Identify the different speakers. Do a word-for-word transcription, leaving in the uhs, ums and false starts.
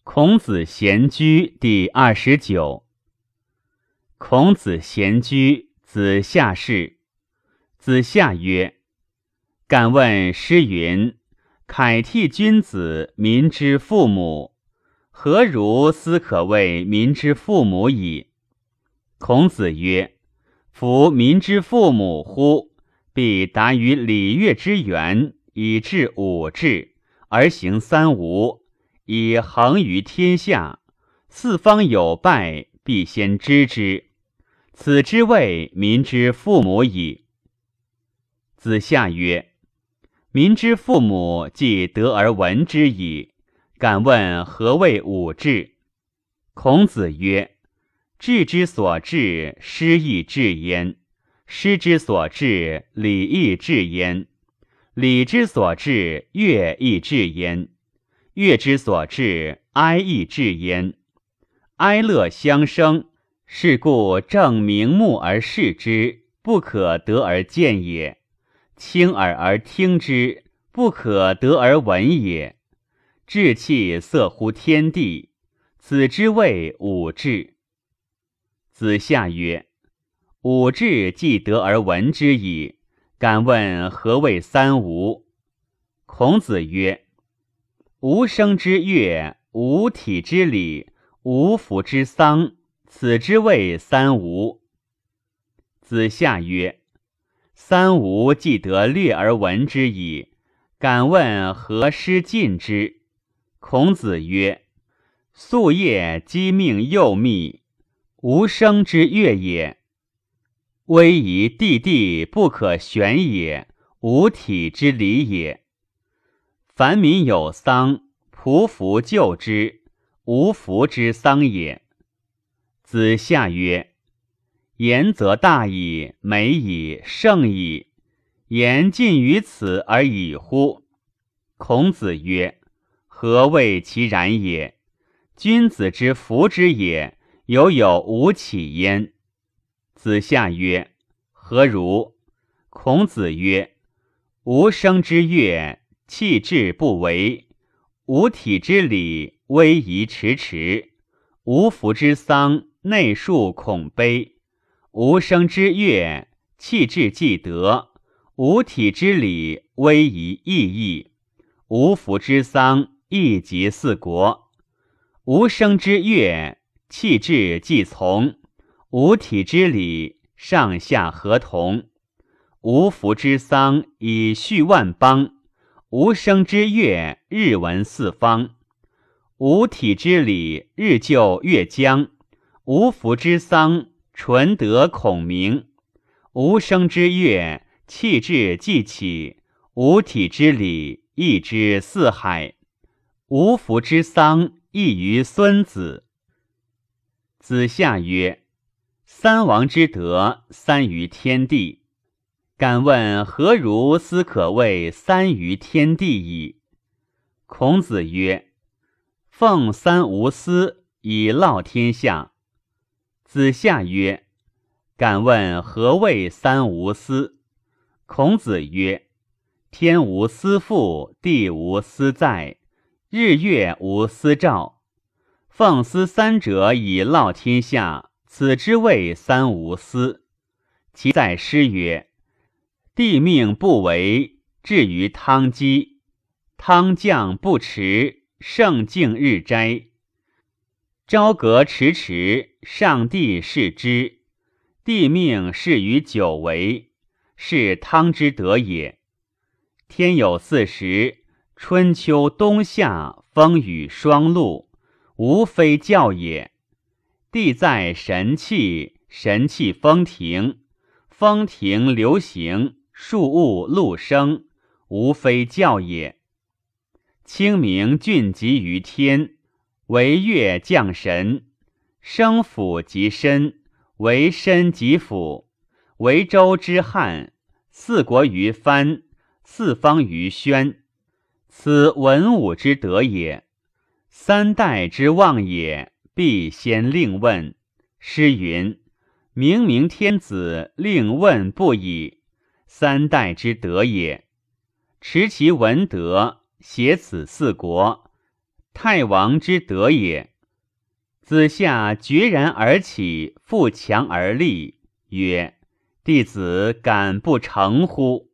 Speaker 1: 孔子闲居第二十九。孔子闲居，子夏氏。子夏曰：敢问诗云：凯替君子，民之父母。何如斯可谓民之父母矣？孔子曰：夫民之父母乎，必达于礼乐之源，以治五治，而行三无，以恒于天下。四方有败，必先知之。此之谓民之父母矣。子夏曰：民之父母，既得而闻之矣。敢问何谓五治？孔子曰：治之所至，诗亦至焉；诗之所至，礼亦至焉；礼之所至，乐亦至焉；乐之所至，哀亦至焉。哀乐相生，是故正名目而视之，不可得而见也；亲耳而听之，不可得而闻也。志气塞乎天地，此之谓五治。子夏曰：五治既得而闻之矣，敢问何谓三无？孔子曰：无声之乐，无体之礼，无服之丧，此之谓三无。子夏曰：三无既得略而闻之矣，敢问何师近之？孔子曰：夙夜鸡鸣幼密，无声之乐也；威仪地地不可旋也，无体之礼也。凡民有丧，仆服救之，无服之丧也。子夏曰：言则大矣，美矣，盛矣，言尽于此而已乎？孔子曰：何谓其然也？君子之服之也，犹有无起焉。子夏曰：何如？孔子曰：无声之乐，气质不为；无体之礼，威仪迟迟；无服之丧，内恕恐悲；无声之乐，气质既得；无体之礼，威仪奕奕；无服之丧，亦及四国。无声之乐，气质既从；无体之礼，上下合同；无服之丧，以序万邦；无声之乐，日闻四方；无体之礼，日就月将；无服之丧，纯德孔明；无声之乐，气质既起；无体之礼，义之四海；无服之丧，异于孙子。子夏曰：三王之德，三于天地。敢问何如斯可谓三于天地矣？孔子曰：奉三无私，以乐天下。子夏曰：敢问何谓三无私？孔子曰：天无私父，地无私载，日月无私照。奉私三者以乐天下，此之谓三无私。其在诗曰：地命不为，至于汤鸡；汤降不迟，圣敬日斋。朝阁迟迟，上帝视之；地命适于久违，是汤之德也。天有四时，春秋冬夏，风雨霜露，无非教也。地在神气，神气风停，风停流行，树物陆生，无非教也。清明峻极于天，为月降神；生府及身，为身及府；为周之汉，四国于藩，四方于宣。此文武之德也。三代之望也，必先令问。诗云：明明天子，令问不已。三代之德也。持其文德，挟此四国， 太王之德也。子夏决然而起，负墙而立，曰：弟子敢不成乎？